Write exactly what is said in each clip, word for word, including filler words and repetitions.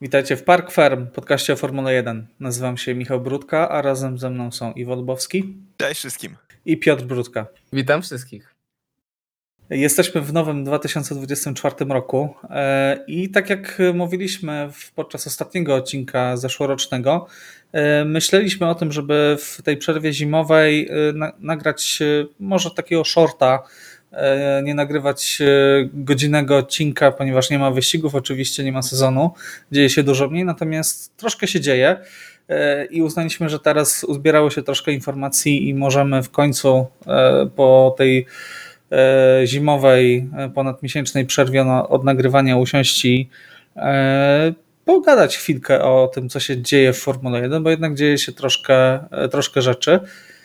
Witajcie w Park Ferm, podcaście o Formule jeden. Nazywam się Michał Brudka, a razem ze mną są Iwo Lubowski. Cześć wszystkim. I Piotr Brudka. Witam wszystkich. Jesteśmy w nowym dwa tysiące dwudziestym czwartym roku i tak jak mówiliśmy podczas ostatniego odcinka zeszłorocznego, myśleliśmy o tym, żeby w tej przerwie zimowej nagrać może takiego shorta, nie nagrywać godzinnego odcinka, ponieważ nie ma wyścigów, oczywiście nie ma sezonu, dzieje się dużo mniej, natomiast troszkę się dzieje i uznaliśmy, że teraz uzbierało się troszkę informacji i możemy w końcu po tej zimowej, ponadmiesięcznej przerwie od nagrywania usiąść i pogadać chwilkę o tym, co się dzieje w Formule jeden, bo jednak dzieje się troszkę, troszkę rzeczy.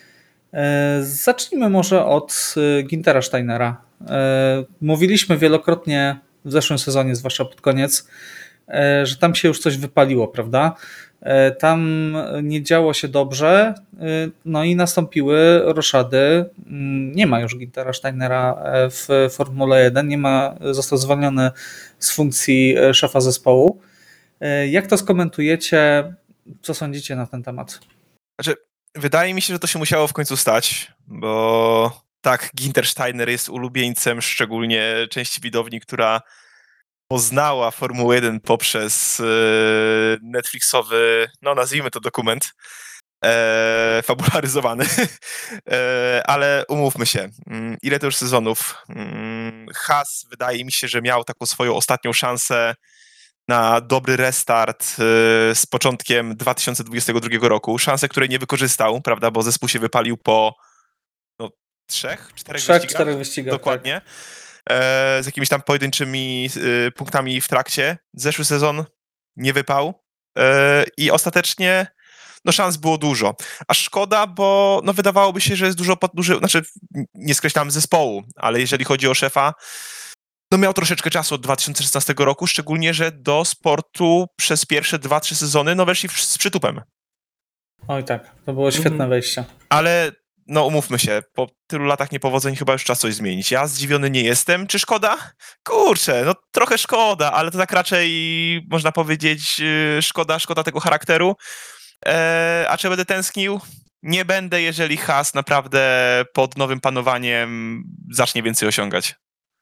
Zacznijmy może od Güntera Steinera. Mówiliśmy wielokrotnie w zeszłym sezonie, zwłaszcza pod koniec, że tam się już coś wypaliło, prawda? Tam nie działo się dobrze, no i nastąpiły roszady. Nie ma już Güntera Steinera w Formule jeden, nie ma, został zwolniony z funkcji szefa zespołu. Jak to skomentujecie? Co sądzicie na ten temat? Znaczy, wydaje mi się, że to się musiało w końcu stać, bo tak, Günther Steiner jest ulubieńcem szczególnie części widowni, która poznała Formułę jeden poprzez e, Netflixowy, no nazwijmy to dokument, e, fabularyzowany, e, ale umówmy się, ile to już sezonów? Haas wydaje mi się, że miał taką swoją ostatnią szansę na dobry restart e, z początkiem dwa tysiące dwudziestego drugiego roku, szansę, której nie wykorzystał, prawda, bo zespół się wypalił po no, trzech, czterech Trzech, wyścigach? czterech wyścigach. Dokładnie. Tak. Z jakimiś tam pojedynczymi punktami w trakcie. Zeszły sezon nie wypał i ostatecznie no szans było dużo. A szkoda, bo no wydawałoby się, że jest dużo, duży, znaczy nie skreślam zespołu, ale jeżeli chodzi o szefa, no miał troszeczkę czasu od dwa tysiące szesnastego roku, szczególnie, że do sportu przez pierwsze dwa, trzy sezony no weszli z przytupem. Oj tak, to było świetne mhm. wejście. Ale no umówmy się, po tylu latach niepowodzeń chyba już czas coś zmienić. Ja zdziwiony nie jestem. Czy szkoda? Kurczę, no trochę szkoda, ale to tak raczej można powiedzieć szkoda, szkoda tego charakteru. Eee, a czy będę tęsknił? Nie będę, jeżeli Haas naprawdę pod nowym panowaniem zacznie więcej osiągać.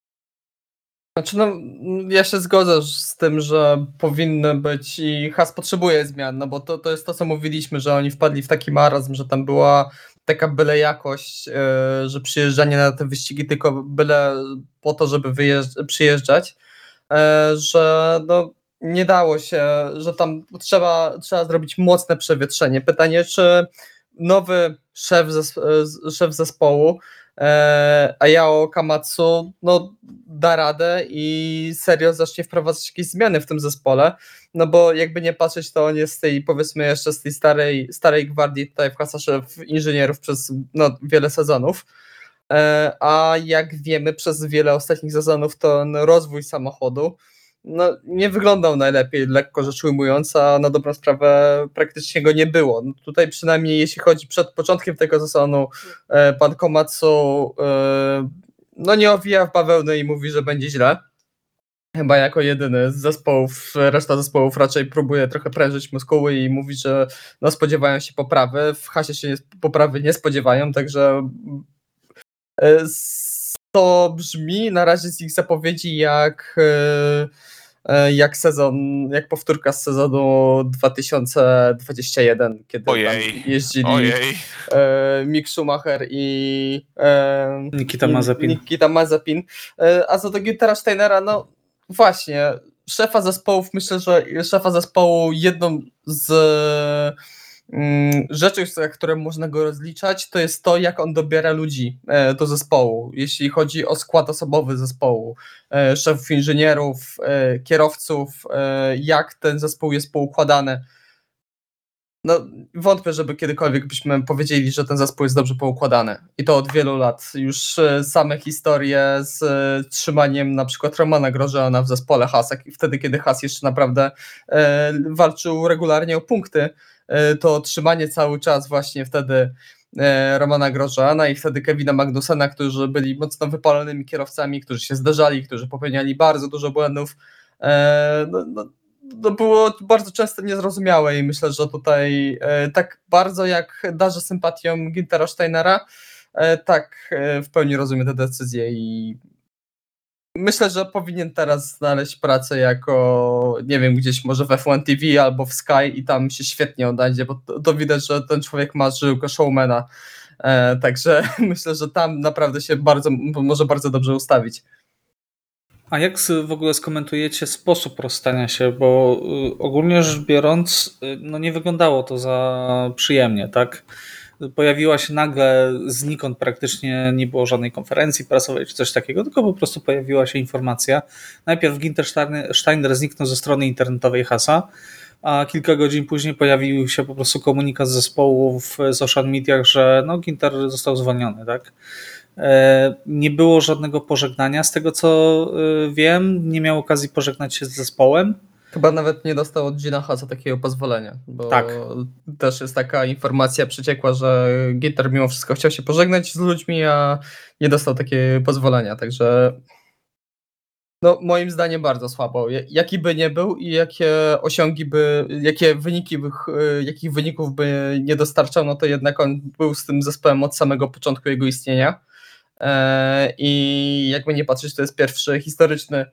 Znaczy no, ja się zgodzę z tym, że powinny być i Haas potrzebuje zmian, no bo to, to jest to, co mówiliśmy, że oni wpadli w taki marazm, że tam była taka byle jakość, yy, że przyjeżdżanie na te wyścigi tylko byle po to, żeby wyjeżdż- przyjeżdżać, yy, że no, nie dało się, że tam trzeba, trzeba zrobić mocne przewietrzenie. Pytanie, czy nowy szef, zes- szef zespołu e, Ayao Kamatsu no, da radę i serio zacznie wprowadzać jakieś zmiany w tym zespole, no bo jakby nie patrzeć, to on jest z tej, powiedzmy jeszcze z tej starej, starej gwardii tutaj w Haasa szef inżynierów przez no, wiele sezonów, e, a jak wiemy przez wiele ostatnich sezonów ten rozwój samochodu no, nie wyglądał najlepiej, lekko rzecz ujmując, a na dobrą sprawę praktycznie go nie było. No, tutaj przynajmniej jeśli chodzi przed początkiem tego sezonu, e, pan Komatsu e, no nie owija w bawełnę i mówi, że będzie źle. Chyba jako jedyny z zespołów, reszta zespołów raczej próbuje trochę prężyć muskuły i mówi, że no, spodziewają się poprawy. W Hasie się poprawy nie spodziewają, także e, to brzmi na razie z ich zapowiedzi jak e, jak sezon, jak powtórka z sezonu dwa tysiące dwudziestego pierwszego, kiedy Ojej. tam jeździli Ojej. E, Mick Schumacher i e, Nikita Mazepin. Nikita Mazepin. E, a co do Güntera Steinera, no właśnie, szefa zespołów, myślę, że szefa zespołu jedną z rzeczy, za które można go rozliczać, to jest to, jak on dobiera ludzi do zespołu, jeśli chodzi o skład osobowy zespołu, szefów inżynierów, kierowców, jak ten zespół jest poukładany. No wątpię, żeby kiedykolwiek byśmy powiedzieli, że ten zespół jest dobrze poukładany i to od wielu lat. Już same historie z trzymaniem na przykład Romana Grosjeana w zespole Haas, wtedy kiedy Haas jeszcze naprawdę walczył regularnie o punkty, to trzymanie cały czas właśnie wtedy Romana Grosjeana i wtedy Kevina Magnusena, którzy byli mocno wypalonymi kierowcami, którzy się zdarzali, którzy popełniali bardzo dużo błędów. No, no, to było bardzo często niezrozumiałe i myślę, że tutaj e, tak bardzo jak darzę sympatią Güntera Steinera, e, tak e, w pełni rozumiem te decyzje i myślę, że powinien teraz znaleźć pracę jako, nie wiem, gdzieś może w F jeden T V albo w Sky i tam się świetnie odnajdzie, bo to, to widać, że ten człowiek ma żyłkę showmana, e, także myślę, że tam naprawdę się bardzo, może bardzo dobrze ustawić. A jak w ogóle skomentujecie sposób rozstania się, bo ogólnie rzecz biorąc, no nie wyglądało to za przyjemnie, tak? Pojawiła się nagle znikąd, praktycznie nie było żadnej konferencji prasowej czy coś takiego, tylko po prostu pojawiła się informacja. Najpierw Günther Steiner zniknął ze strony internetowej Haasa, a kilka godzin później pojawił się po prostu komunikat z zespołu w social mediach, że no Günther został zwolniony, tak? Nie było żadnego pożegnania. Z tego co wiem, nie miał okazji pożegnać się z zespołem. Chyba nawet nie dostał od Gina Haasa takiego pozwolenia, bo tak. Też jest taka informacja przeciekła, że Günther mimo wszystko chciał się pożegnać z ludźmi, a nie dostał takiego pozwolenia, także no moim zdaniem bardzo słabo. Jaki by nie był i jakie osiągi by, jakie wyniki, by, jakich wyników by nie dostarczał, no to jednak on był z tym zespołem od samego początku jego istnienia. I jakby nie patrzeć, to jest pierwszy historyczny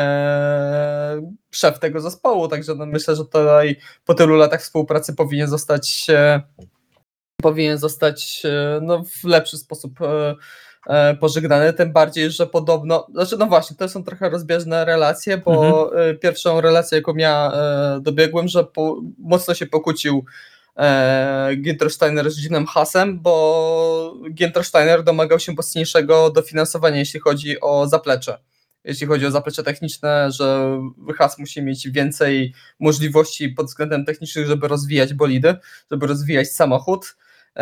szef tego zespołu, także no myślę, że tutaj po tylu latach współpracy powinien zostać powinien zostać no, w lepszy sposób pożegnany, tym bardziej, że podobno, znaczy no właśnie, to są trochę rozbieżne relacje, bo mhm. pierwszą relację, jaką ja dobiegłem, że po, mocno się pokłócił Günther Steiner z Ginem Haasem, bo Günther Steiner domagał się mocniejszego dofinansowania, jeśli chodzi o zaplecze. Jeśli chodzi o zaplecze techniczne, że Haas musi mieć więcej możliwości pod względem technicznym, żeby rozwijać bolidy, żeby rozwijać samochód.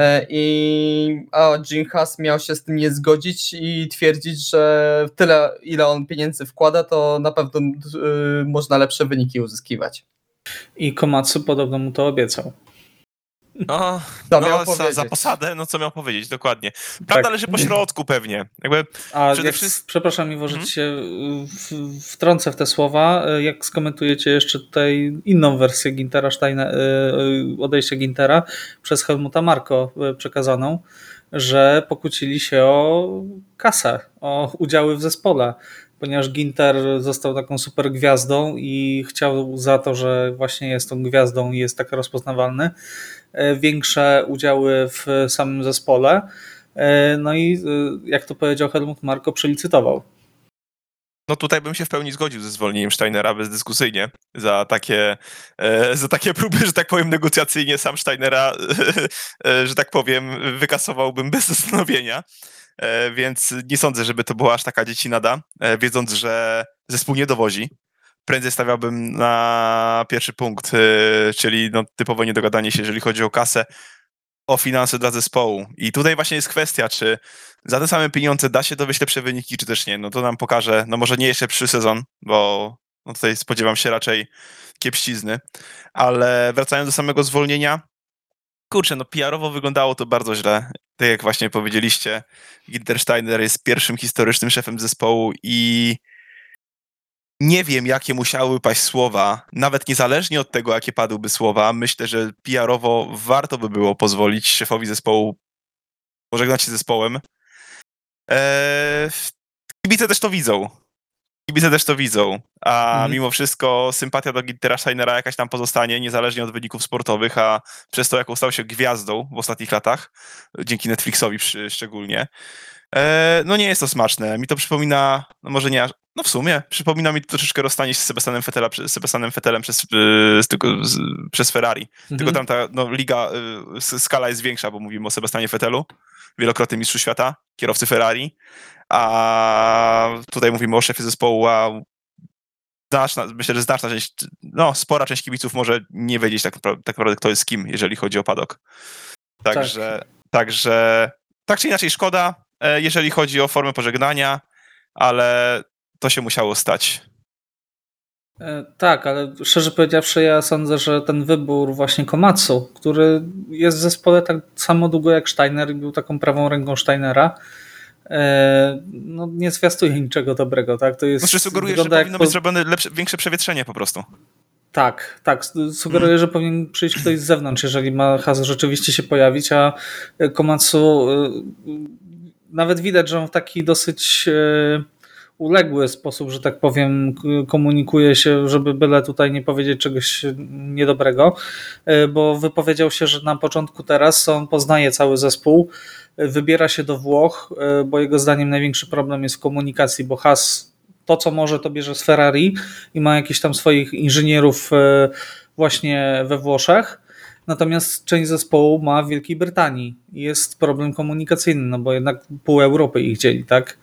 I a Gene Haas miał się z tym nie zgodzić i twierdzić, że tyle, ile on pieniędzy wkłada, to na pewno y, można lepsze wyniki uzyskiwać. I Komatsu podobno mu to obiecał. No, no za, za posadę, no co miał powiedzieć, dokładnie. Prawda tak. Leży po środku pewnie. Jakby A przede jak, wszystkim... Przepraszam, Iwo, że hmm? się wtrącę w te słowa. Jak skomentujecie jeszcze tutaj inną wersję Günthera Steiner, odejścia Günthera przez Helmuta Marko przekazaną, że pokłócili się o kasę, o udziały w zespole, ponieważ Günther został taką super gwiazdą i chciał za to, że właśnie jest tą gwiazdą i jest tak rozpoznawalny, większe udziały w samym zespole. No i jak to powiedział Helmut Marko, przelicytował. No tutaj bym się w pełni zgodził ze zwolnieniem Steinera bezdyskusyjnie za takie, za takie próby, że tak powiem, negocjacyjnie sam Steinera, że tak powiem, wykasowałbym bez zastanowienia. Więc nie sądzę, żeby to była aż taka dziecinada, wiedząc, że zespół nie dowozi. Prędzej stawiałbym na pierwszy punkt, czyli no, typowe niedogadanie się, jeżeli chodzi o kasę, o finanse dla zespołu. I tutaj właśnie jest kwestia, czy za te same pieniądze da się dowieść lepsze wyniki, czy też nie. No to nam pokaże, no może nie jeszcze przyszły sezon, bo no tutaj spodziewam się raczej kiepścizny. Ale wracając do samego zwolnienia, kurczę, no P R-owo wyglądało to bardzo źle. Tak jak właśnie powiedzieliście, Günther Steiner jest pierwszym historycznym szefem zespołu i nie wiem, jakie musiały paść słowa, nawet niezależnie od tego, jakie padłyby słowa. Myślę, że P R-owo warto by było pozwolić szefowi zespołu pożegnać się z zespołem. Eee, kibice też to widzą. Kibice też to widzą, a mhm. mimo wszystko sympatia do Günthera Steinera jakaś tam pozostanie, niezależnie od wyników sportowych, a przez to, jaką stał się gwiazdą w ostatnich latach, dzięki Netflixowi przy, szczególnie. Eee, no nie jest to smaczne. Mi to przypomina, no może nie aż, no w sumie, przypomina mi to troszeczkę rozstanie się z Sebastianem Vettela, Sebastianem Vettelem przez, z, tylko, z, przez Ferrari. Mhm. Tylko tam ta no, liga, y, skala jest większa, bo mówimy o Sebastianie Vettelu, wielokrotnym mistrzu świata, kierowcy Ferrari, a tutaj mówimy o szefie zespołu, a znaczna, myślę, że znaczna część, no spora część kibiców może nie wiedzieć tak, tak naprawdę, kto jest kim, jeżeli chodzi o paddock. Także, tak. także tak czy inaczej szkoda, jeżeli chodzi o formę pożegnania, ale to się musiało stać. Tak, ale szczerze powiedziawszy, ja sądzę, że ten wybór właśnie Komatsu, który jest w zespole tak samo długo jak Steiner i był taką prawą ręką Steinera, no nie zwiastuje niczego dobrego, tak? To jest, znaczy sugeruje, że powinno być zrobione lepsze, większe przewietrzenie po prostu. Tak, tak. Sugeruję, że powinien przyjść ktoś z zewnątrz, jeżeli ma Haas rzeczywiście się pojawić, a Komatsu nawet widać, że on w taki dosyć uległy sposób, że tak powiem, komunikuje się, żeby byle tutaj nie powiedzieć czegoś niedobrego, bo wypowiedział się, że na początku teraz on poznaje cały zespół, wybiera się do Włoch, bo jego zdaniem największy problem jest w komunikacji, bo Haas to, co może, to bierze z Ferrari i ma jakichś tam swoich inżynierów właśnie we Włoszech, natomiast część zespołu ma w Wielkiej Brytanii. Jest problem komunikacyjny, no bo jednak pół Europy ich dzieli, tak?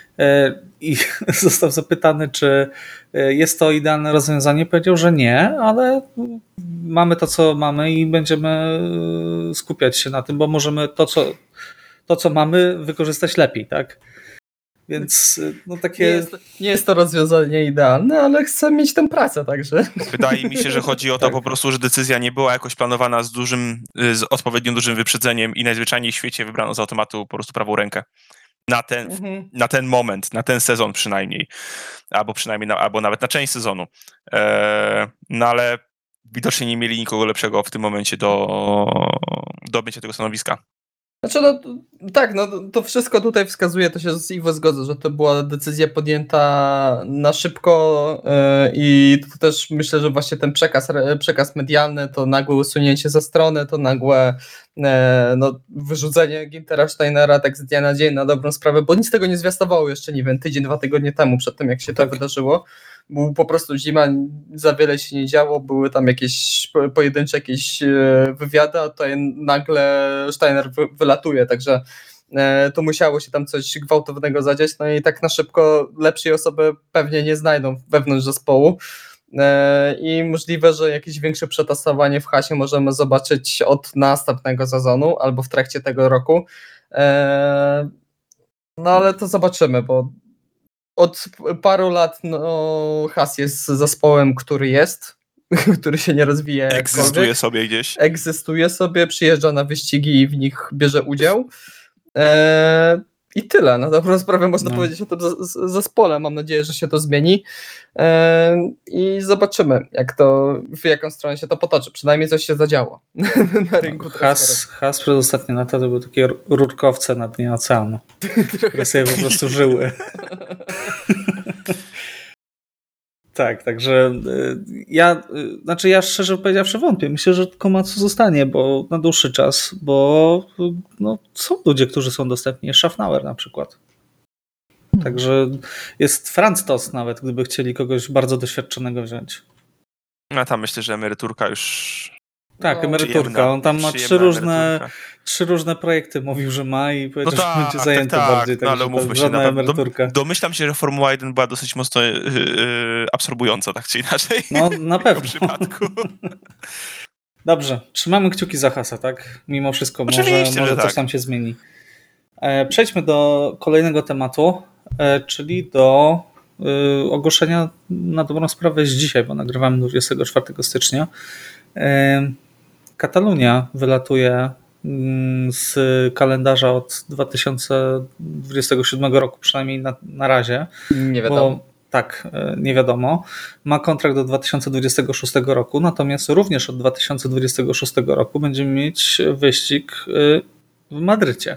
I został zapytany, czy jest to idealne rozwiązanie. Powiedział, że nie, ale mamy to, co mamy i będziemy skupiać się na tym, bo możemy to, co, to, co mamy, wykorzystać lepiej, tak? Więc no takie... Nie jest, nie jest to rozwiązanie idealne, ale chcę mieć tę pracę, także... Wydaje mi się, że chodzi o to tak. po prostu, że decyzja nie była jakoś planowana z dużym, z odpowiednio dużym wyprzedzeniem i najzwyczajniej w świecie wybrano z automatu po prostu prawą rękę. Na ten, mhm. na ten moment, na ten sezon przynajmniej, albo przynajmniej, na, albo nawet na część sezonu. Eee, no ale widocznie nie mieli nikogo lepszego w tym momencie do, do objęcia tego stanowiska. Znaczy, no tak, no to wszystko tutaj wskazuje, to się z Iwo zgodzę, że to była decyzja podjęta na szybko yy, i to też myślę, że właśnie ten przekaz, przekaz medialny, to nagłe usunięcie ze strony, to nagłe yy, no, wyrzucenie Güntera Steinera tak z dnia na dzień na dobrą sprawę, bo nic tego nie zwiastowało jeszcze, nie wiem, tydzień, dwa tygodnie temu przed tym, jak się to tak. wydarzyło. Był po prostu zima, za wiele się nie działo, były tam jakieś pojedyncze jakieś wywiady, a tutaj nagle Steiner wylatuje, także to musiało się tam coś gwałtownego zadziać, no i tak na szybko lepszej osoby pewnie nie znajdą wewnątrz zespołu i możliwe, że jakieś większe przetasowanie w Haasie możemy zobaczyć od następnego sezonu albo w trakcie tego roku, no ale to zobaczymy, bo od paru lat no, Haas jest zespołem, który jest, który się nie rozwija. Egzystuje sobie gdzieś. Egzystuje sobie, przyjeżdża na wyścigi i w nich bierze udział. Eee, I tyle. Na dobrą sprawę można no. powiedzieć o tym zespole. Mam nadzieję, że się to zmieni. Eee, I zobaczymy, jak to, w jaką stronę się to potoczy. Przynajmniej coś się zadziało na rynku. Haas, Haas przez ostatnie lata to były takie rurkowce na dnie oceanu, które sobie po prostu żyły. Tak, także ja, znaczy ja szczerze powiedziawszy wątpię. Myślę, że Komatsu zostanie, bo na dłuższy czas, bo no, są ludzie, którzy są dostępni. Jest Schaffnauer na przykład. Hmm. Także jest Franz Tost nawet, gdyby chcieli kogoś bardzo doświadczonego wziąć. No tam myślę, że emeryturka już... Tak, emeryturka. On tam ma trzy różne, trzy różne projekty, mówił, że ma i powiedział, no tak, że będzie zajęty tak, bardziej. Tak, no, ale umówmy się, żadna emeryturka. Dom, domyślam się, że Formuła jeden była dosyć mocno yy, yy, absorbująca, tak czy inaczej. No, na pewno. W przypadku. Dobrze, trzymamy kciuki za Haasa, tak? Mimo wszystko, Oczywiście, może, może tak. coś tam się zmieni. E, przejdźmy do kolejnego tematu, e, czyli do e, ogłoszenia na dobrą sprawę z dzisiaj, bo nagrywamy dwudziestego czwartego stycznia. E, Katalunia wylatuje z kalendarza od dwa tysiące dwudziestego siódmego roku, przynajmniej na, na razie. Nie wiadomo. Bo, tak, nie wiadomo. Ma kontrakt do dwa tysiące dwudziestego szóstego roku, natomiast również od dwa tysiące dwudziestego szóstego roku będziemy mieć wyścig w Madrycie.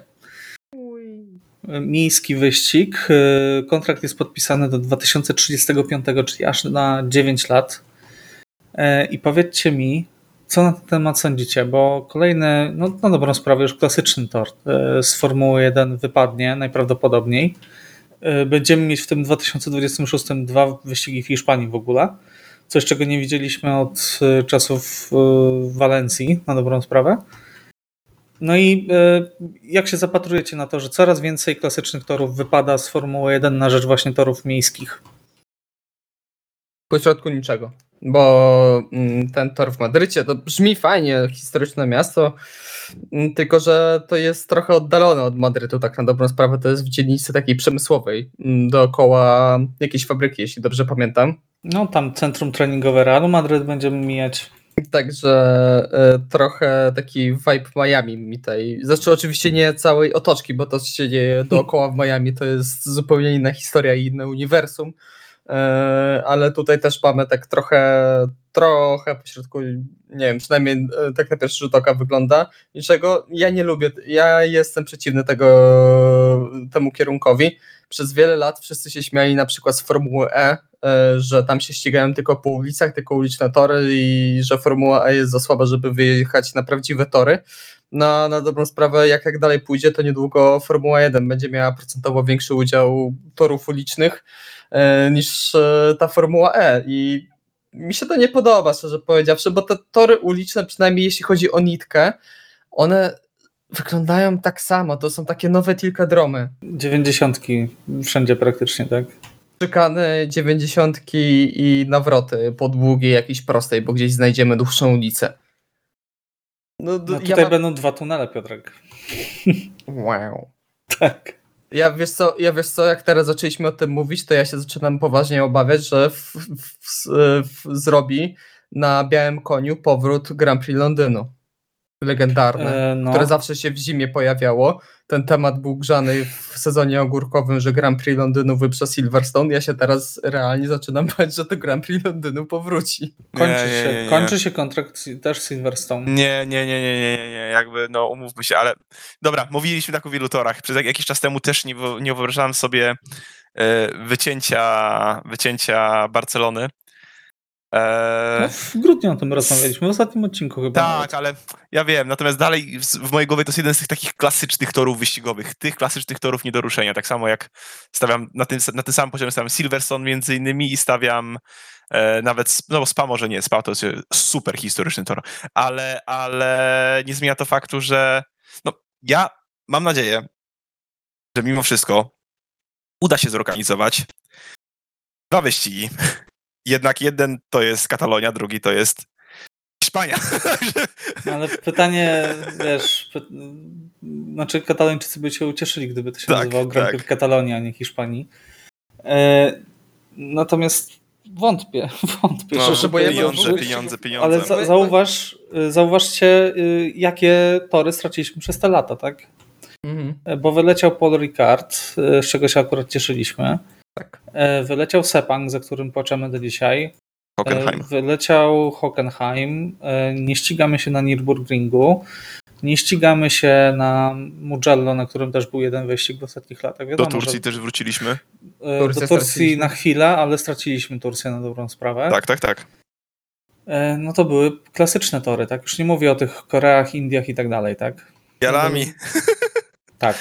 Miejski wyścig. Kontrakt jest podpisany do dwa tysiące trzydziestego piątego, czyli aż na dziewięć lat. I powiedzcie mi, co na ten temat sądzicie, bo kolejny, no na dobrą sprawę już klasyczny tor z Formuły jeden wypadnie najprawdopodobniej. Będziemy mieć w tym dwa tysiące dwudziestym szóstym dwa wyścigi w Hiszpanii w ogóle, coś czego nie widzieliśmy od czasów Walencji, na dobrą sprawę. No i jak się zapatrujecie na to, że coraz więcej klasycznych torów wypada z Formuły jeden na rzecz właśnie torów miejskich? Po środku niczego, bo ten tor w Madrycie to brzmi fajnie, historyczne miasto, tylko że to jest trochę oddalone od Madrytu, tak na dobrą sprawę, to jest w dzielnicy takiej przemysłowej, dookoła jakiejś fabryki, jeśli dobrze pamiętam. No tam centrum treningowe Realu Madryt będziemy mijać. Także y, trochę taki vibe Miami mi tutaj, znaczy oczywiście nie całej otoczki, bo to co się dzieje dookoła w Miami to jest zupełnie inna historia i inne uniwersum, e, ale tutaj też mamy tak trochę, trochę pośrodku, nie wiem, przynajmniej e, tak na pierwszy rzut oka wygląda, niczego ja nie lubię, ja jestem przeciwny tego, temu kierunkowi. Przez wiele lat wszyscy się śmiali na przykład z Formuły E, e, że tam się ścigają tylko po ulicach, tylko uliczne tory i że Formuła E jest za słaba, żeby wyjechać na prawdziwe tory. Na, na dobrą sprawę, jak jak dalej pójdzie, to niedługo Formuła jeden będzie miała procentowo większy udział torów ulicznych e, niż e, ta Formuła E i mi się to nie podoba, szczerze powiedziawszy, bo te tory uliczne, przynajmniej jeśli chodzi o nitkę, one wyglądają tak samo, to są takie nowe tilkodromy. dziewięćdziesiątki wszędzie praktycznie, tak? Szykany, dziewięćdziesiątki i nawroty po długiej jakiejś prostej, bo gdzieś znajdziemy dłuższą ulicę. No, d- No ja tutaj mam- będą dwa tunele, Piotrek. Wow. Tak. Ja wiesz co, ja wiesz co, jak teraz zaczęliśmy o tym mówić, to ja się zaczynam poważnie obawiać, że w, w, w, w, zrobi na białym koniu powrót Grand Prix Londynu. Legendarne, E, no. które zawsze się w zimie pojawiało. Ten temat był grzany w sezonie ogórkowym, że Grand Prix Londynu wyprze Silverstone. Ja się teraz realnie zaczynam bać, że to Grand Prix Londynu powróci. Kończy, Nie, nie, się, nie, nie. kończy się kontrakt si- też Silverstone. Nie, nie, nie, nie, nie, nie, nie, jakby, no umówmy się, ale dobra, mówiliśmy tak o wielu torach. Przez jak- jakiś czas temu też nie, wo- nie wyobrażałem sobie e, wycięcia, wycięcia Barcelony. E, No, w grudniu o tym rozmawialiśmy, w ostatnim odcinku chyba. tak, nawet. ale ja wiem, natomiast dalej w, w mojej głowie to jest jeden z tych takich klasycznych torów wyścigowych, tych klasycznych torów nie do ruszenia, tak samo jak stawiam, na tym, na tym samym poziomie stawiam Silverstone między innymi i stawiam e, nawet, Sp- no bo Spa może nie, Spa to jest super historyczny tor, ale, ale nie zmienia to faktu, że no ja mam nadzieję, że mimo wszystko uda się zorganizować dwa wyścigi. Jednak jeden to jest Katalonia, drugi to jest Hiszpania. Ale pytanie, wiesz, py... znaczy Katalończycy by się ucieszyli, gdyby to się Tak, nazywało Grand tak. Prix Katalonii, a nie Hiszpanii. E... Natomiast wątpię, wątpię, No, że potrzebujemy pieniądze, dwóch pieniądze, wyścigów. pieniądze. Ale za, zauważ, zauważcie, y, jakie tory straciliśmy przez te lata, tak? Mhm. Bo wyleciał Paul Ricard, y, z czego się akurat cieszyliśmy. Tak. E, Wyleciał Sepang, za którym płaczemy do dzisiaj. Hockenheim. E, Wyleciał Hockenheim. E, Nie ścigamy się na Nürburgringu. Nie ścigamy się na Mugello, na którym też był jeden wyścig w ostatnich latach. Do Wiadomo, Turcji że, też wróciliśmy. e, Turcję do Turcji straciliśmy. na chwilę, ale straciliśmy Turcję na dobrą sprawę. Tak, tak, tak. E, No to były klasyczne tory, tak? Już nie mówię o tych Koreach, Indiach i tak dalej, tak? Jalami. Tak.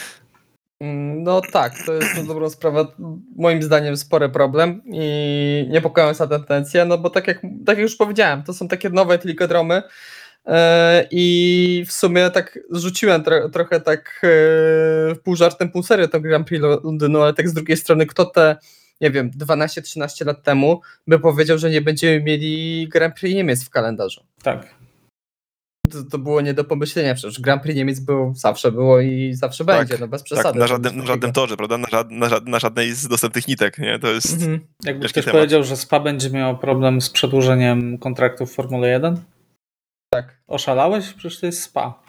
Mm, No tak, to jest na dobrą sprawę moim zdaniem spory problem i niepokojąca tendencja, no bo tak jak, tak jak już powiedziałem, to są takie nowe tilkodromy e, i w sumie tak rzuciłem tro, trochę tak e, pół żartem, pół serio to Grand Prix Londynu, ale tak z drugiej strony kto te, nie wiem, dwanaście trzynaście lat temu by powiedział, że nie będziemy mieli Grand Prix Niemiec w kalendarzu. Tak. To, to było nie do pomyślenia, przecież Grand Prix Niemiec był, zawsze było i zawsze Tak, będzie, no bez przesady. Tak, na To żadnym, nic na żadnym takiego. torze, prawda? Na, żad, na, żad, na żadnej z dostępnych nitek, nie? To jest... Mhm. Jakby Ciężki ktoś temat. powiedział, że Spa będzie miał problem z przedłużeniem kontraktu w Formule jeden? Tak. Oszalałeś? Przecież to jest Spa.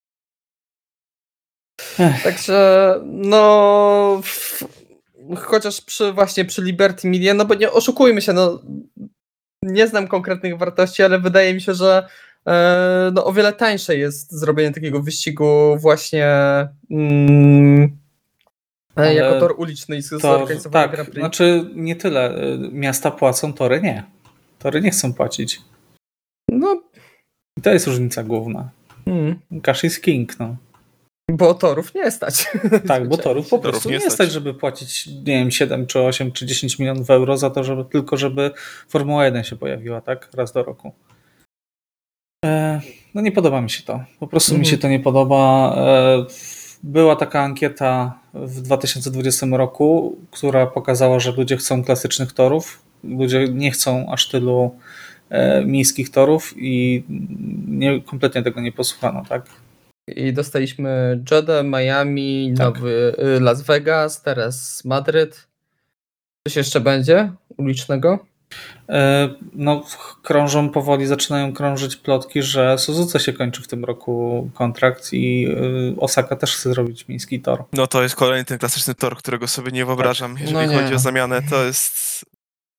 Także no w, chociaż przy właśnie przy Liberty Media, no bo nie oszukujmy się, no nie znam konkretnych wartości, ale wydaje mi się, że e, no o wiele tańsze jest zrobienie takiego wyścigu właśnie mm, Ale jako tor uliczny i To, zorganizowany tak, Grand Prix. znaczy nie tyle. Miasta płacą, tory nie. Tory nie chcą płacić. No, I to jest różnica główna. mm, Cash is king, no. bo torów nie stać. Tak, bo torów po Torów prostu nie nie stać. stać, żeby płacić, nie wiem, siedem czy osiem czy dziesięć milionów euro za to, żeby tylko żeby Formuła jeden się pojawiła, tak? Raz do roku. E, no nie podoba mi się to. Po prostu mi Mhm. się to nie podoba. E, była taka ankieta w dwa tysiące dwudziestym roku, która pokazała, że ludzie chcą klasycznych torów. Ludzie nie chcą aż tylu e, miejskich torów i nie, kompletnie tego nie posłuchano, tak? I dostaliśmy Jeddah, Miami, Tak. nowy y, Las Vegas, teraz Madryt. Coś jeszcze będzie ulicznego? E, No, krążą powoli, zaczynają krążyć plotki, że Suzuce się kończy w tym roku kontrakt i y, Osaka też chce zrobić miejski tor. No to jest kolejny ten klasyczny tor, którego sobie nie wyobrażam, jeżeli No nie. chodzi o zamianę. To jest...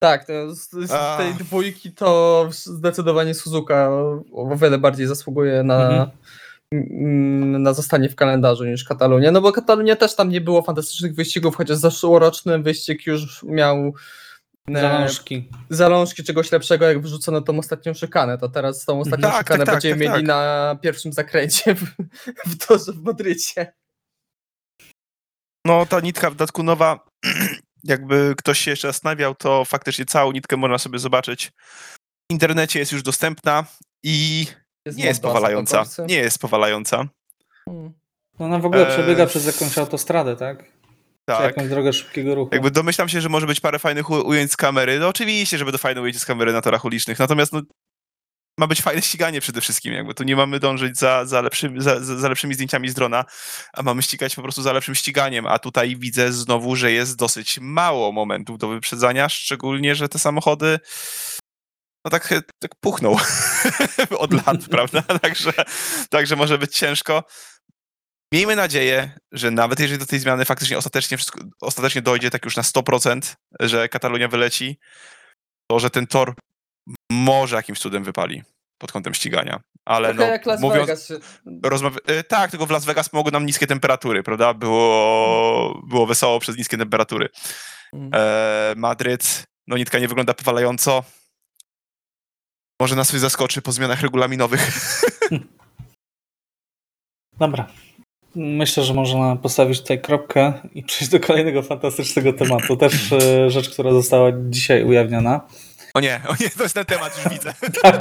Tak, to z, z A. tej dwójki to zdecydowanie Suzuka o, o wiele bardziej zasługuje na, Mhm. mm, na zostanie w kalendarzu niż Katalunia, no bo Katalunia też tam nie było fantastycznych wyścigów, chociaż zeszłoroczny wyścig już miał e, Zalążki. zalążki czegoś lepszego, jak wyrzucono tą ostatnią szykanę, to teraz tą ostatnią Tak, szykanę tak, tak, będziemy tak, mieli tak. na pierwszym zakręcie w, w torze w Madrycie. No ta nitka w dodatku nowa, jakby ktoś się jeszcze zastanawiał, to faktycznie całą nitkę można sobie zobaczyć. W internecie jest już dostępna i nie jest mod do powalająca. Assetto Nie jest powalająca. Hmm. No ona w ogóle Eee, przebiega przez jakąś autostradę, tak? Czy Tak. jakąś drogę szybkiego ruchu. Jakby domyślam się, że może być parę fajnych u- ujęć z kamery. No oczywiście, że będą fajne ujęcia z kamery na torach ulicznych, natomiast no, ma być fajne ściganie przede wszystkim. Jakby tu nie mamy dążyć za, za, lepszymi, za, za za lepszymi zdjęciami z drona, a mamy ścigać po prostu za lepszym ściganiem. A tutaj widzę znowu, że jest dosyć mało momentów do wyprzedzania, szczególnie, że te samochody no tak, tak puchną od lat, prawda? Także, także może być ciężko. Miejmy nadzieję, że nawet jeżeli do tej zmiany faktycznie ostatecznie, wszystko, ostatecznie dojdzie tak już na sto procent, że Katalunia wyleci, to że ten tor może jakimś cudem wypali pod kątem ścigania. Ale Trochę no, jak Las mówiąc, Vegas. Się... rozmawia... e, tak, tylko w Las Vegas pomogły nam niskie temperatury, prawda? Było, było wesoło przez niskie temperatury. Mm. E, Madryt, no nitka nie wygląda powalająco. Może nas coś zaskoczy po zmianach regulaminowych. Dobra. Myślę, że można postawić tutaj kropkę i przejść do kolejnego fantastycznego tematu. Też e, rzecz, która została dzisiaj ujawniona. O nie, o nie, to jest ten temat, już widzę. Tak.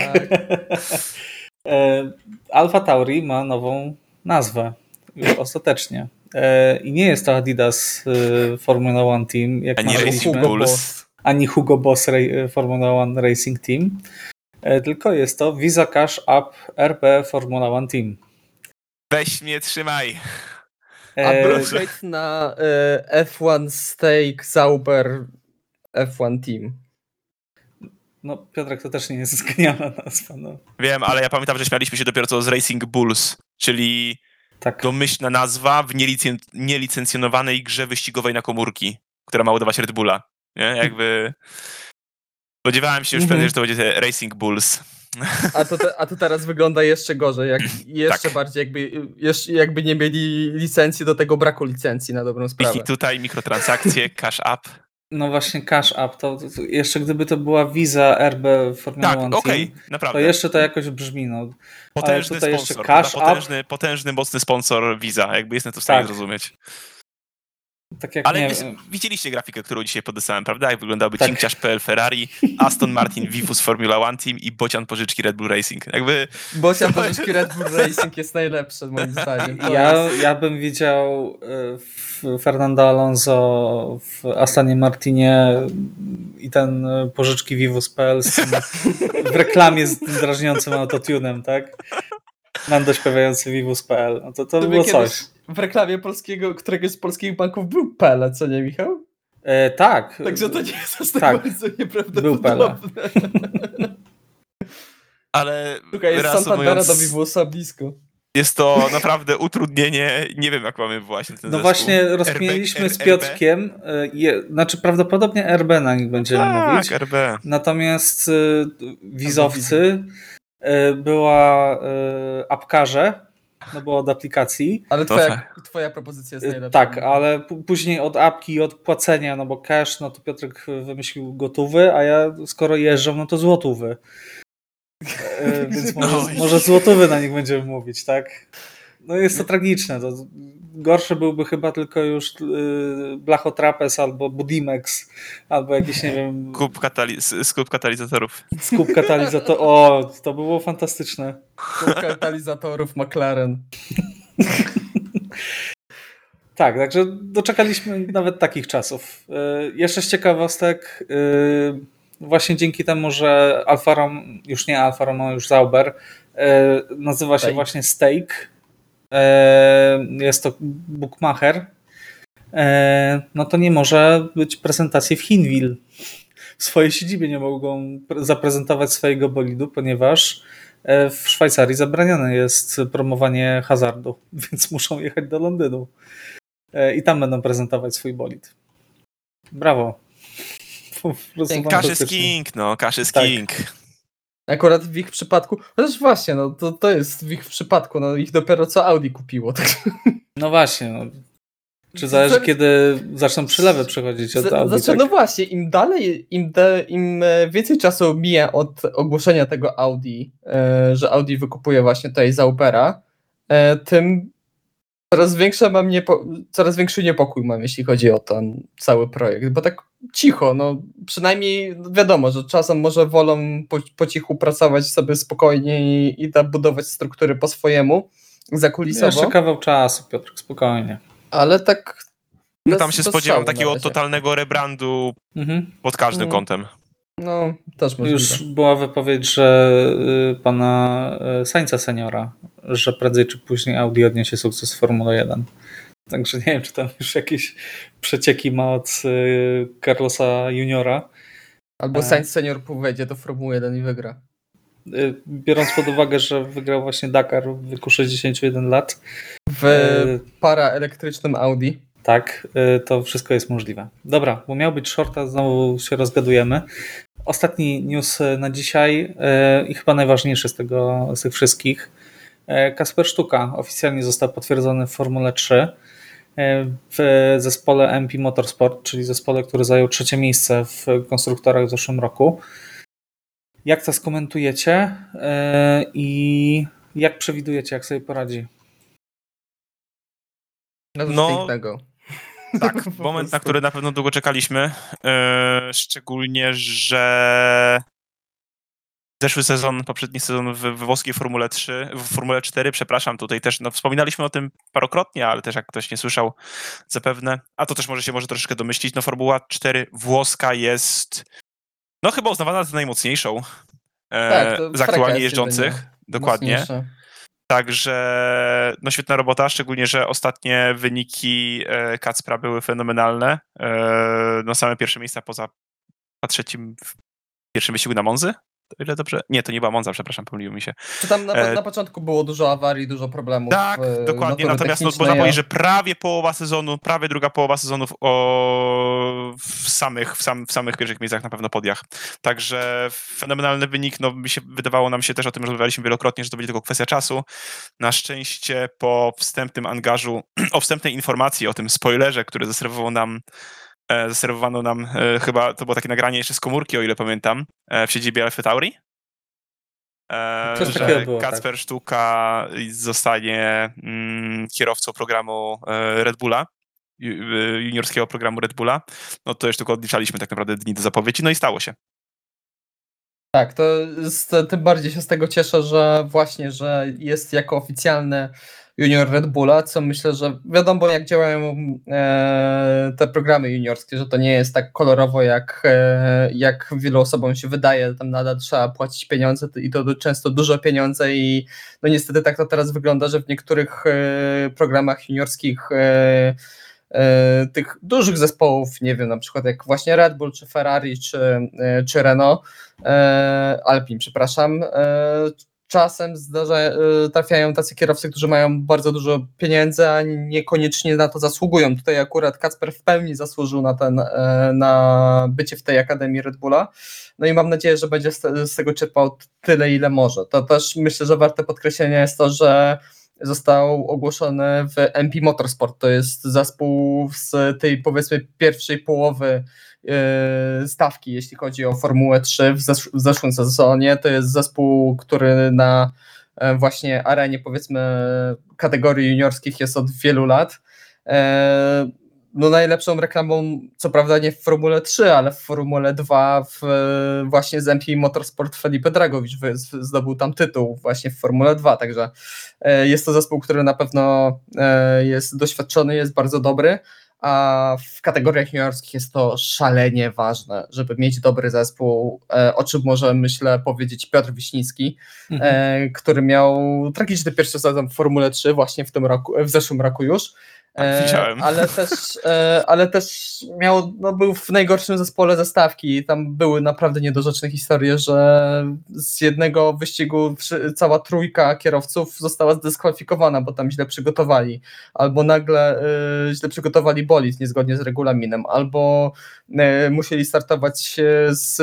E, Alfa Tauri ma nową nazwę. Już ostatecznie. E, I nie jest to Adidas e, Formula One Team, jak Ani myśleliśmy, Racing Bulls. ani Hugo Boss Ra- Formula One Racing Team, e, tylko jest to Visa Cash App R P Formula One Team. Weź mnie, trzymaj. E, Upgrade na e, F jeden Stake Sauber F jeden Team. no Piotrek, to też nie jest genialna nazwa. No. Wiem, ale ja pamiętam, że śmialiśmy się dopiero co z Racing Bulls, czyli Tak. domyślna nazwa w nielicen- nielicencjonowanej grze wyścigowej na komórki, która ma udawać Red Bulla. Nie? Jakby... Spodziewałem się już Mhm. prędzej, że to będzie Racing Bulls. A to, te, a to teraz wygląda jeszcze gorzej, jak jeszcze Tak. bardziej jakby, jeszcze, jakby nie mieli licencji do tego braku licencji na dobrą sprawę. I tutaj mikrotransakcje, cash up. No właśnie Cash App, to, to jeszcze gdyby to była Visa R B Formula Tak, One okej, Team, naprawdę. to jeszcze to jakoś brzmi. No. Potężny tutaj jeszcze sponsor, Cash prawda? App. potężny, potężny, mocny sponsor Visa, jakby jestem to w stanie Tak. zrozumieć. Tak jak Ale nie jest, wiem. widzieliście grafikę, którą dzisiaj podesłałem, prawda? Jak wyglądałaby Tak. Cinkciarz kropka p l Ferrari, Aston Martin Vifus Formula One Team i bocian pożyczki Red Bull Racing. Jakby... Bocian pożyczki Red Bull Racing jest najlepsze moim zdaniem. To Ja, jest... ja bym widział y, w Fernando Alonso w Astonie Martinie i ten y, pożyczki Vivus kropka p l z tym, w reklamie z tym drażniącym autotunem, tak? Mando śpiewający Vivus kropka p l. No to, to Sobie było kiedyś coś. W reklamie polskiego, któregoś z polskich banków był Pele, co nie, Michał? E, tak. Także to nie jest aż tak, Tak. bardzo Był nieprawdopodobne. Ale Tutaj jest Santandera do Vivusa blisko. jest to naprawdę utrudnienie. Nie wiem, jak mamy właśnie ten No zespół. właśnie rozkminiliśmy z R B? Piotrkiem, y, je, znaczy prawdopodobnie R B na nich będziemy Tak, mówić. R B. Natomiast y, wizowcy y, była y, apkarze, no bo od aplikacji. Ale To twoja, tak. twoja propozycja jest Y, najlepsza. tak, ale p- później od apki i od płacenia, no bo cash, no to Piotrek wymyślił gotówy, a ja skoro jeżdżą, no to złotówy. Y, więc może, Oj. może złotówy na nich będziemy mówić, tak? No jest to tragiczne. To gorszy byłby chyba tylko już y, Blachotrapez albo Budimex, albo jakiś, nie wiem, Kup katali- skup katalizatorów. skup katalizator. O, to było fantastyczne. Kup katalizatorów McLaren. Tak, także doczekaliśmy nawet takich czasów. Y, jeszcze z ciekawostek, y, właśnie dzięki temu, że Alfa Romeo, już nie Alfa Romeo, już Sauber, y, nazywa się Stake. właśnie Stake. Y, jest to bookmacher. Y, no to nie może być prezentacji w Hinwil. W swojej siedzibie nie mogą pre- zaprezentować swojego bolidu, ponieważ y, w Szwajcarii zabranione jest promowanie hazardu, więc muszą jechać do Londynu. I tam będą prezentować swój bolid. Brawo. Losowano Cash is bezpiecznie. king, no, cash is Tak. king. Akurat w ich przypadku, chociaż właśnie, no to, to jest w ich przypadku, no ich dopiero co Audi kupiło. Tak. No właśnie, no. Czy zależy, Zaraz- kiedy zaczną przylewy przychodzić od Z- Audi, Znaczy, tak? no właśnie, im dalej, im, de, im e, więcej czasu mija od ogłoszenia tego Audi, e, że Audi wykupuje właśnie tutaj Zaubera, e, tym coraz większa mam niepo, coraz większy niepokój mam, jeśli chodzi o ten cały projekt, bo tak cicho, no przynajmniej wiadomo, że czasem może wolą po, po cichu pracować sobie spokojnie i, i tam budować struktury po swojemu, zakulisowo, Jeszcze kawał czasu, Piotr, spokojnie. ale tak No bez- tam się bez spodziewam szału na takiego razie. totalnego rebrandu Mhm. pod każdym Mm. kątem. No, też możliwe. Już była wypowiedź, że y, pana y, Sainza seniora, że prędzej czy później Audi odniesie sukces w Formule jeden. Także nie wiem, czy tam już jakieś przecieki ma od y, Carlosa juniora. Albo E. Sainz senior wejdzie do Formuły jeden i wygra. Y, biorąc pod uwagę, że wygrał właśnie Dakar w wieku sześćdziesięciu jeden lat, W y, paraelektrycznym Audi. tak, y, to wszystko jest możliwe. Dobra, bo miał być short, a znowu się rozgadujemy. Ostatni news na dzisiaj y, i chyba najważniejszy z, tego, z tych wszystkich. Y, Kasper Sztuka oficjalnie został potwierdzony w Formule trzy y, w zespole M P Motorsport, czyli zespole, który zajął trzecie miejsce w konstruktorach w zeszłym roku. Jak to skomentujecie y, i jak przewidujecie, jak sobie poradzi? No, No, no pięknego. Tak, Po moment, na prostu. który na pewno długo czekaliśmy. Yy, szczególnie, że zeszły sezon, poprzedni sezon w, w włoskiej Formule trzy, w Formule cztery, przepraszam, tutaj też, no wspominaliśmy o tym parokrotnie, ale też jak ktoś nie słyszał, zapewne, a to też może się może troszeczkę domyślić, no Formuła cztery włoska jest, no chyba uznawana za najmocniejszą e, Tak, to z aktualnie Freka jest jeżdżących. jedynie Dokładnie. mocniejsza. Także no świetna robota, szczególnie, że ostatnie wyniki e, Kacpra były fenomenalne. E, no same pierwsze miejsca poza a trzecim w pierwszym wyścigu na Monzy. O ile dobrze? Nie, to nie była Monza, przepraszam, pomyliło mi się. Czy tam na, E, na początku było dużo awarii, dużo problemów. Tak, e, dokładnie, natury natomiast no, technicznej, można a- powiedzieć, że prawie połowa sezonu, prawie druga połowa sezonów o, w, samych, w, sam, w samych pierwszych miejscach na pewno podiach. Także fenomenalny wynik, no mi się, wydawało nam się też, o tym rozmawialiśmy wielokrotnie, że to będzie tylko kwestia czasu. Na szczęście po wstępnym angażu, o wstępnej informacji, o tym spoilerze, który zaserwował nam e, zaserwowano nam, e, chyba to było takie nagranie jeszcze z komórki, o ile pamiętam, e, w siedzibie Alfy Tauri. E, Coś takiego że było, Kacper Sztuka zostanie mm, kierowcą programu e, Red Bulla, ju- e, juniorskiego programu Red Bulla. No to już tylko odliczaliśmy tak naprawdę dni do zapowiedzi, no i stało się. Tak, to jest, tym bardziej się z tego cieszę, że właśnie, że jest jako oficjalny junior Red Bulla, co myślę, że wiadomo jak działają e, te programy juniorskie, że to nie jest tak kolorowo jak, e, jak wielu osobom się wydaje, tam nadal trzeba płacić pieniądze i to często dużo pieniądze i no niestety tak to teraz wygląda, że w niektórych e, programach juniorskich e, e, tych dużych zespołów, nie wiem, na przykład jak właśnie Red Bull, czy Ferrari, czy, e, czy Renault, e, Alpine, przepraszam, e, czasem zdarza, e, trafiają tacy kierowcy, którzy mają bardzo dużo pieniędzy, a niekoniecznie na to zasługują. Tutaj akurat Kacper w pełni zasłużył na, ten, e, na bycie w tej Akademii Red Bulla. No i mam nadzieję, że będzie z, z tego czerpał tyle, ile może. To też myślę, że warte podkreślenia jest to, że został ogłoszony w M P Motorsport. To jest zespół z tej powiedzmy pierwszej połowy yy, stawki, jeśli chodzi o Formułę trzy w, zesz- w zeszłym sezonie. To jest zespół, który na e, właśnie arenie powiedzmy kategorii juniorskich jest od wielu lat. E, no najlepszą reklamą, co prawda nie w Formule trzy, ale w Formule dwa w, właśnie z M P Motorsport Felipe Dragowicz wy- zdobył tam tytuł właśnie w Formule dwa, także e, jest to zespół, który na pewno e, jest doświadczony, jest bardzo dobry, a w kategoriach juniorskich jest to szalenie ważne, żeby mieć dobry zespół, e, o czym może myślę powiedzieć Piotr Wiśnicki, Mhm. e, który miał tragiczny pierwszy sezon w Formule trzy właśnie w tym roku, w zeszłym roku już. E, widziałem. ale też, e, ale też miał, no, był w najgorszym zespole ze stawki i tam były naprawdę niedorzeczne historie, że z jednego wyścigu wszy- cała trójka kierowców została zdyskwalifikowana, bo tam źle przygotowali, albo nagle e, źle przygotowali bolid niezgodnie z regulaminem, albo e, musieli startować e, z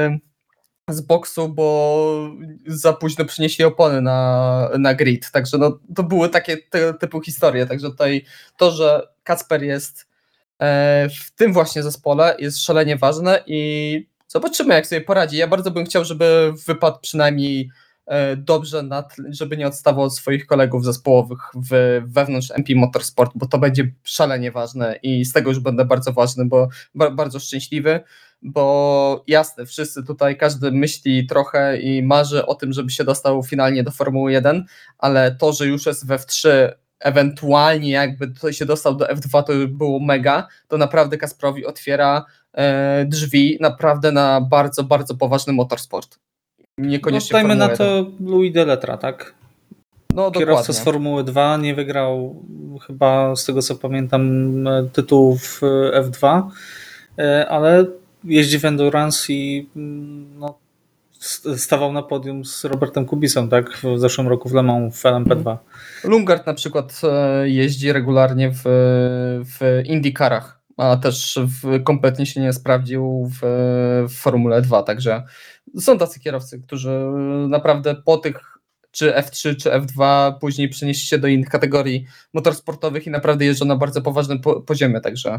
z boksu, bo za późno przynieśli opony na, na grid. Także no, to były takie te, typu historie. Także tutaj to, że Kacper jest e, w tym właśnie zespole, jest szalenie ważne i zobaczymy, jak sobie poradzi. Ja bardzo bym chciał, żeby wypadł przynajmniej e, dobrze, na tle, żeby nie odstawał od swoich kolegów zespołowych w, wewnątrz M P Motorsport, bo to będzie szalenie ważne i z tego już będę bardzo ważny, bo ba, bardzo szczęśliwy. Bo jasne, wszyscy tutaj, każdy myśli trochę i marzy o tym, żeby się dostał finalnie do Formuły jeden, ale to, że już jest w F trzy, ewentualnie jakby tutaj się dostał do F dwa, to było mega, to naprawdę Kasprowi otwiera e, drzwi naprawdę na bardzo, bardzo poważny motorsport. Niekoniecznie No, dajmy Formułę na to Louis Deletra, tak? No, Kierowca dokładnie. z Formuły dwa, nie wygrał chyba, z tego co pamiętam, tytułu w F dwa, ale jeździ w Endurance i no, stawał na podium z Robertem Kubicą, tak? W zeszłym roku w Le Mans w L M P dwa. Lundgaard na przykład jeździ regularnie w, w IndyCarach, a też w, kompletnie się nie sprawdził w, w Formule dwa, także są tacy kierowcy, którzy naprawdę po tych czy F trzy, czy F dwa później przenieśli się do innych kategorii motorsportowych i naprawdę jeżdżą na bardzo poważnym po, poziomie, także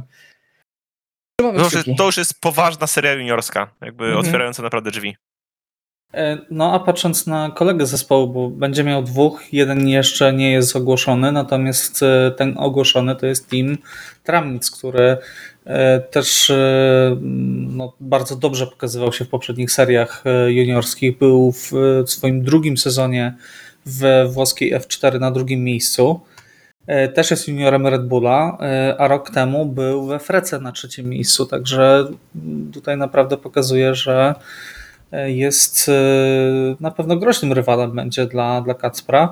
To już, to już jest poważna seria juniorska, jakby mhm. otwierająca naprawdę drzwi. No a patrząc na kolegę zespołu, bo będzie miał dwóch, jeden jeszcze nie jest ogłoszony, natomiast ten ogłoszony to jest Team Tramnitz, który też no, bardzo dobrze pokazywał się w poprzednich seriach juniorskich. Był w swoim drugim sezonie w włoskiej F cztery na drugim miejscu. Też jest juniorem Red Bulla, a rok temu był we Frece na trzecim miejscu, także tutaj naprawdę pokazuje, że jest na pewno groźnym rywalem będzie dla, dla Kacpra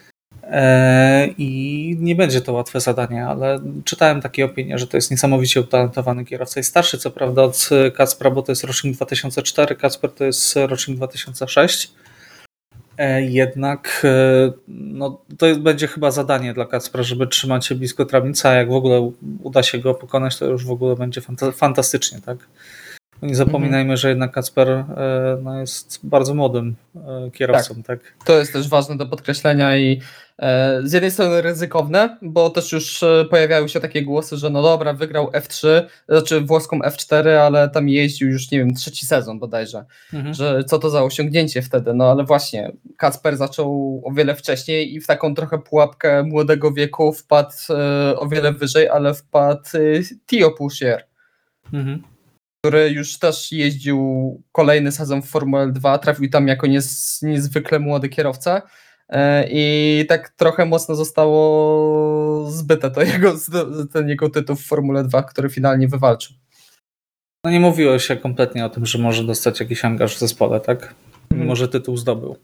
i nie będzie to łatwe zadanie, ale czytałem takie opinie, że to jest niesamowicie utalentowany kierowca. Jest starszy co prawda od Kacpra, bo to jest rocznik dwa tysiące cztery, Kacper to jest rocznik dwa tysiące sześć. Jednak no, to będzie chyba zadanie dla Kacpra, żeby trzymać się blisko Tramnica, a jak w ogóle uda się go pokonać, to już w ogóle będzie fantastycznie, tak? Nie zapominajmy, mhm. że jednak Kacper no, jest bardzo młodym kierowcą. Tak. tak. To jest też ważne do podkreślenia i e, z jednej strony ryzykowne, bo też już pojawiały się takie głosy, że no dobra, wygrał F trzy, znaczy włoską F cztery, ale tam jeździł już, nie wiem, trzeci sezon bodajże, mhm. że co to za osiągnięcie wtedy, no ale właśnie Kacper zaczął o wiele wcześniej i w taką trochę pułapkę młodego wieku wpadł e, o wiele wyżej, ale wpadł e, Theo Pourchaire. Mhm. który już też jeździł kolejny sezon w Formule dwa, trafił tam jako niez, niezwykle młody kierowca i tak trochę mocno zostało zbyte to jego, ten jego tytuł w Formule dwa, który finalnie wywalczył. No nie mówiło się kompletnie o tym, że może dostać jakiś angaż w zespole, tak? Mimo, że tytuł zdobył.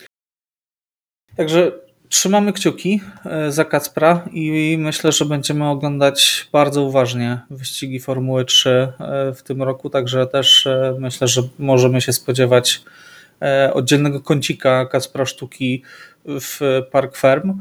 Także trzymamy kciuki za Kacpra i myślę, że będziemy oglądać bardzo uważnie wyścigi Formuły trzy w tym roku, także też myślę, że możemy się spodziewać oddzielnego kącika Kacpra Sztuki w Park Ferm.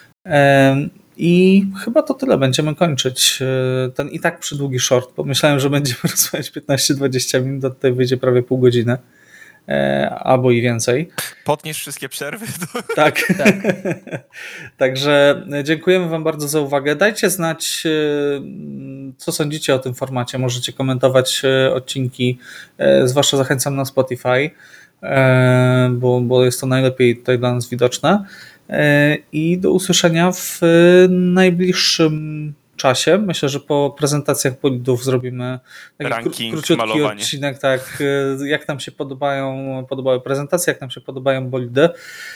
I chyba to tyle. Będziemy kończyć ten i tak przydługi short, bo myślałem, że będziemy rozmawiać piętnaście dwadzieścia minut, a tutaj wyjdzie prawie pół godziny. Albo i więcej. Potniesz wszystkie przerwy. To... Tak. tak. Także dziękujemy wam bardzo za uwagę. Dajcie znać, co sądzicie o tym formacie. Możecie komentować odcinki. Zwłaszcza zachęcam na Spotify, bo, bo jest to najlepiej tutaj dla nas widoczne. I do usłyszenia w najbliższym czasie. Myślę, że po prezentacjach bolidów zrobimy taki ranking, króciutki malowanie. odcinek, tak, jak nam się podobają, podobały prezentacje, jak nam się podobają bolidy.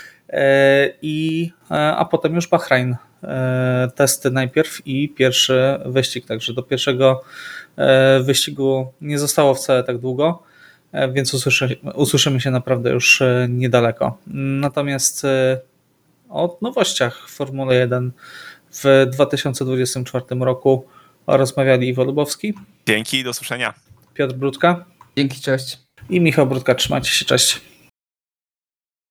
I, a potem już Bahrain. Testy najpierw i pierwszy wyścig. Także do pierwszego wyścigu nie zostało wcale tak długo, więc usłyszy, usłyszymy się naprawdę już niedaleko. Natomiast o nowościach w Formule jeden w dwa tysiące dwudziestym czwartym roku. Rozmawiali Iwo Lubowski, Dzięki, do usłyszenia. Piotr Brudka Dzięki, cześć. i Michał Brudka. Trzymajcie się, cześć.